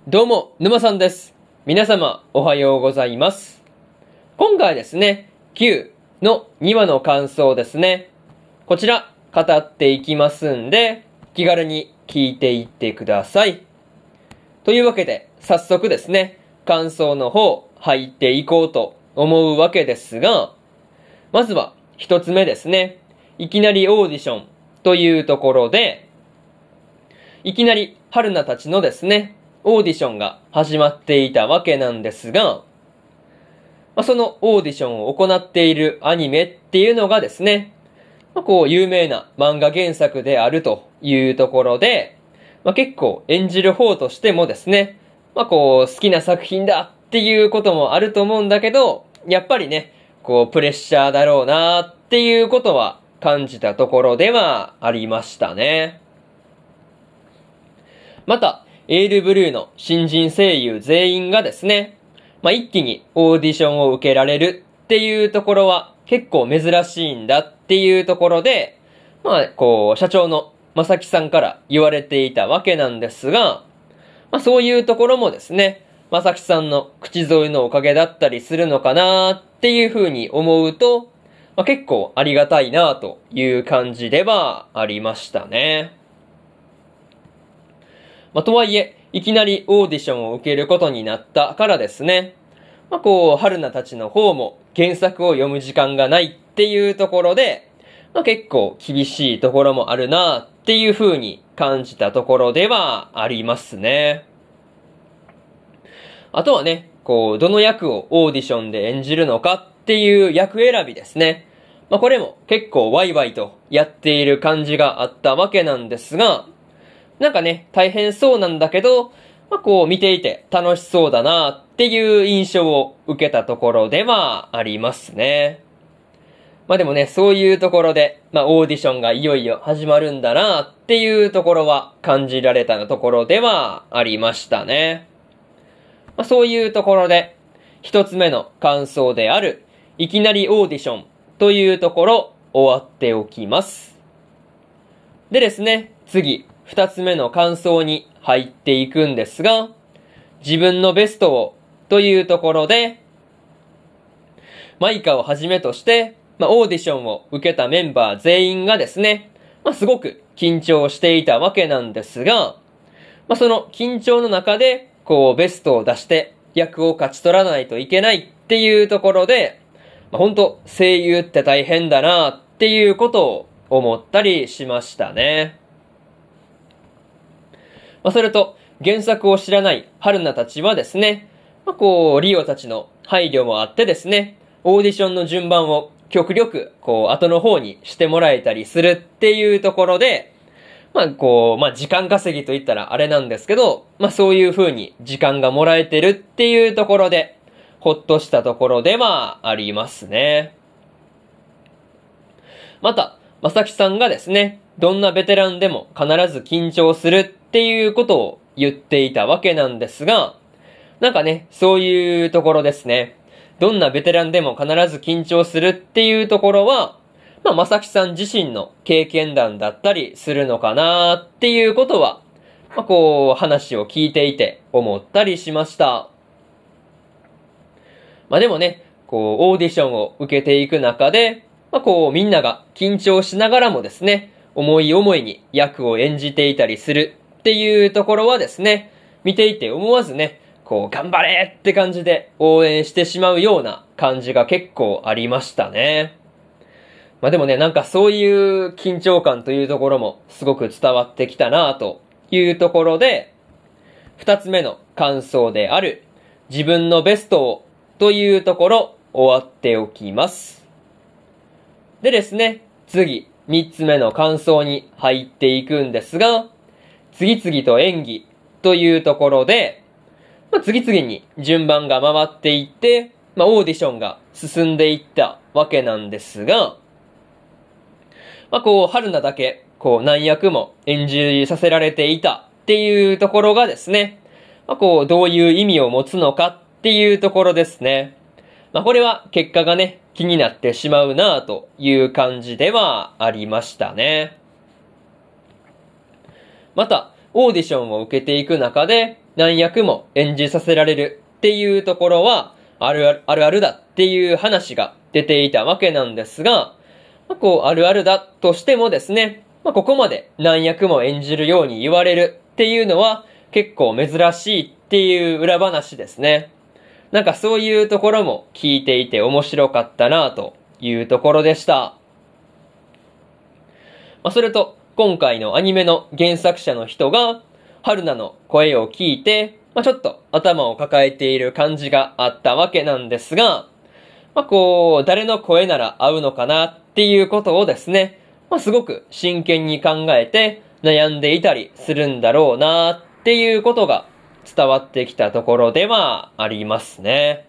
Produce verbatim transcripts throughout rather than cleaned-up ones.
どうも、沼さんです。皆様、おはようございます。今回はですね、きゅうのにわの感想ですね。こちら、語っていきますんで、気軽に聞いていってください。というわけで、早速ですね、感想の方、入っていこうと思うわけですが、まずは、一つ目ですね。いきなりオーディションというところで、いきなり春菜たちのですね、オーディションが始まっていたわけなんですが、まあ、そのオーディションを行っているアニメっていうのがですね、まあ、こう有名な漫画原作であるというところで、まあ、結構演じる方としてもですね、まあこう好きな作品だっていうこともあると思うんだけど、やっぱりね、こうプレッシャーだろうなっていうことは感じたところではありましたね。また、エールブルーの新人声優全員がですね、まあ、一気にオーディションを受けられるっていうところは結構珍しいんだっていうところで、まあ、こう、社長の正木さんから言われていたわけなんですが、まあ、そういうところもですね、正木さんの口添えのおかげだったりするのかなっていうふうに思うと、まあ、結構ありがたいなという感じではありましたね。まあ、とはいえ、いきなりオーディションを受けることになったからですね。まあ、こう、春菜たちの方も原作を読む時間がないっていうところで、まあ、結構厳しいところもあるなっていう風に感じたところではありますね。あとはね、こう、どの役をオーディションで演じるのかっていう役選びですね。まあ、これも結構ワイワイとやっている感じがあったわけなんですが、なんかね、大変そうなんだけど、まあ、こう見ていて楽しそうだなっていう印象を受けたところではありますね。まあでもね、そういうところで、まあオーディションがいよいよ始まるんだなっていうところは感じられたところではありましたね。まあそういうところで、一つ目の感想である、いきなりオーディションというところ終わっておきます。でですね、次、二つ目の感想に入っていくんですが、自分のベストをというところで、マイカをはじめとして、まあ、オーディションを受けたメンバー全員がですね、まあ、すごく緊張していたわけなんですが、まあ、その緊張の中で、こう、ベストを出して役を勝ち取らないといけないっていうところで、まあ、本当声優って大変だなっていうことを思ったりしましたね。まあ、それと、原作を知らない春菜たちはですね、まあ、こう、リオたちの配慮もあってですね、オーディションの順番を極力、こう、後の方にしてもらえたりするっていうところで、まあ、こう、まあ、時間稼ぎと言ったらあれなんですけど、まあ、そういう風に時間がもらえてるっていうところで、ほっとしたところではありますね。また、まさきさんがですね、どんなベテランでも必ず緊張するっていうことを言っていたわけなんですが、なんかね、そういうところですね。どんなベテランでも必ず緊張するっていうところは、まあ、まさきさん自身の経験談だったりするのかなっていうことは、まあ、こう、話を聞いていて思ったりしました。まあ、でもね、こう、オーディションを受けていく中で、まあ、こう、みんなが緊張しながらもですね、思い思いに役を演じていたりするっていうところはですね、見ていて思わずね、こう、頑張れって感じで応援してしまうような感じが結構ありましたね。まあでもね、なんかそういう緊張感というところもすごく伝わってきたなというところで、二つ目の感想である自分のベストをというところ終わっておきます。でですね、次、三つ目の感想に入っていくんですが、次々と演技というところで、まあ、次々に順番が回っていって、まあ、オーディションが進んでいったわけなんですが、まあ、こう、春菜だけ、こう、何役も演じさせられていたっていうところがですね、まあ、こう、どういう意味を持つのかっていうところですね。まあ、これは結果がね、気になってしまうなぁという感じではありましたね。また、オーディションを受けていく中で、 何役も演じさせられるっていうところは、あるある、あるあるだっていう話が出ていたわけなんですが、まあ、こう、あるあるだとしてもですね、まあ、ここまで何役も演じるように言われるっていうのは結構珍しいっていう裏話ですね。なんかそういうところも聞いていて面白かったなというところでした。まあ、それと、今回のアニメの原作者の人が、春菜の声を聞いて、まあ、ちょっと頭を抱えている感じがあったわけなんですが、まあ、こう、誰の声なら合うのかなっていうことをですね、まあ、すごく真剣に考えて悩んでいたりするんだろうなっていうことが伝わってきたところではありますね。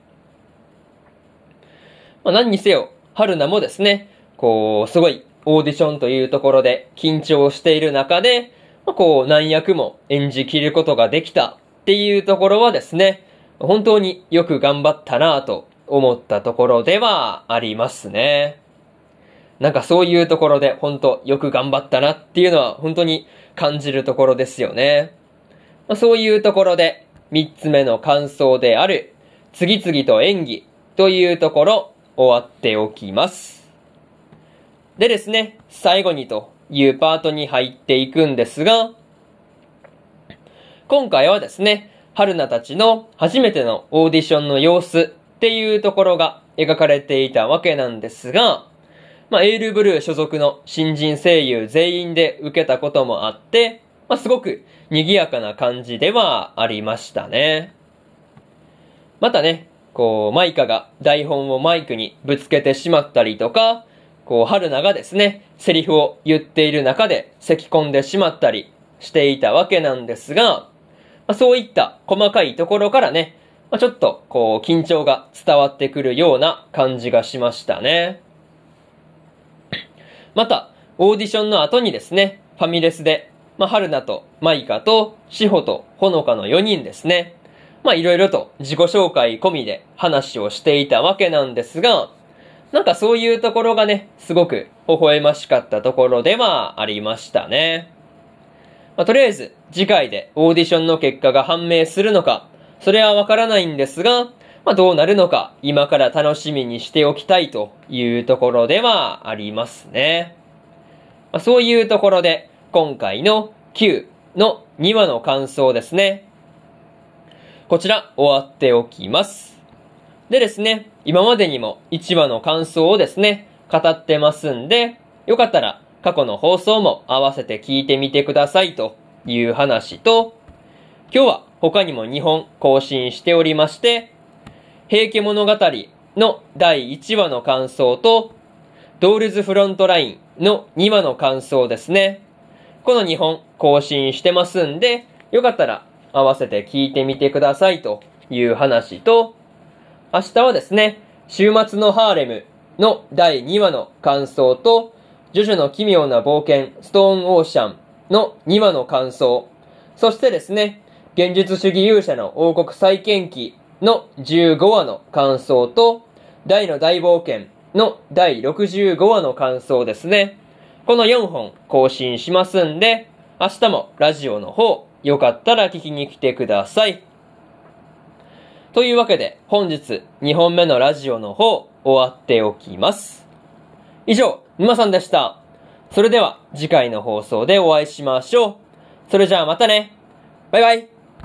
まあ、何にせよ、春菜もですね、こう、すごいオーディションというところで緊張している中で、まあ、こう、何役も演じきることができたっていうところはですね、本当によく頑張ったなぁと思ったところではありますね。なんかそういうところで本当よく頑張ったなっていうのは本当に感じるところですよね。まあ、そういうところで三つ目の感想である次々と演技というところ終わっておきます。でですね、最後にというパートに入っていくんですが、今回はですね、春菜たちの初めてのオーディションの様子っていうところが描かれていたわけなんですが、まあ、エールブルー所属の新人声優全員で受けたこともあって、まあ、すごく賑やかな感じではありましたね。またね、こう、マイカが台本をマイクにぶつけてしまったりとか、こう、春菜がですね、セリフを言っている中で咳き込んでしまったりしていたわけなんですが、まあ、そういった細かいところからね、まあ、ちょっとこう、緊張が伝わってくるような感じがしましたね。また、オーディションの後にですね、ファミレスで、まあ、春菜とマイカと志保とほのかのよにんですね、まあ、いろいろと自己紹介込みで話をしていたわけなんですが、なんかそういうところがね、すごく微笑ましかったところではありましたね。まあ、とりあえず、次回でオーディションの結果が判明するのか、それはわからないんですが、まあ、どうなるのか、今から楽しみにしておきたいというところではありますね。まあ、そういうところで、今回のきゅうのにわの感想ですね。こちら、終わっておきます。でですね、今までにもいちわの感想をですね、語ってますんで、よかったら過去の放送も合わせて聞いてみてくださいという話と、今日は他にもにほん更新しておりまして、平家物語のだいいちわの感想と、ドールズフロントラインのにわの感想ですね。このにほん更新してますんで、よかったら合わせて聞いてみてくださいという話と、明日はですね、週末のハーレムのだいにわの感想と、ジョジョの奇妙な冒険ストーンオーシャンのにわの感想、そしてですね、現実主義勇者の王国再建記のじゅうごわの感想と、大の大冒険のだいろくじゅうごわの感想ですね。このよんほん更新しますんで、明日もラジオの方、よかったら聞きに来てください。というわけで、本日にほんめのラジオの方、終わっておきます。以上、沼さんでした。それでは次回の放送でお会いしましょう。それじゃあまたね。バイバイ。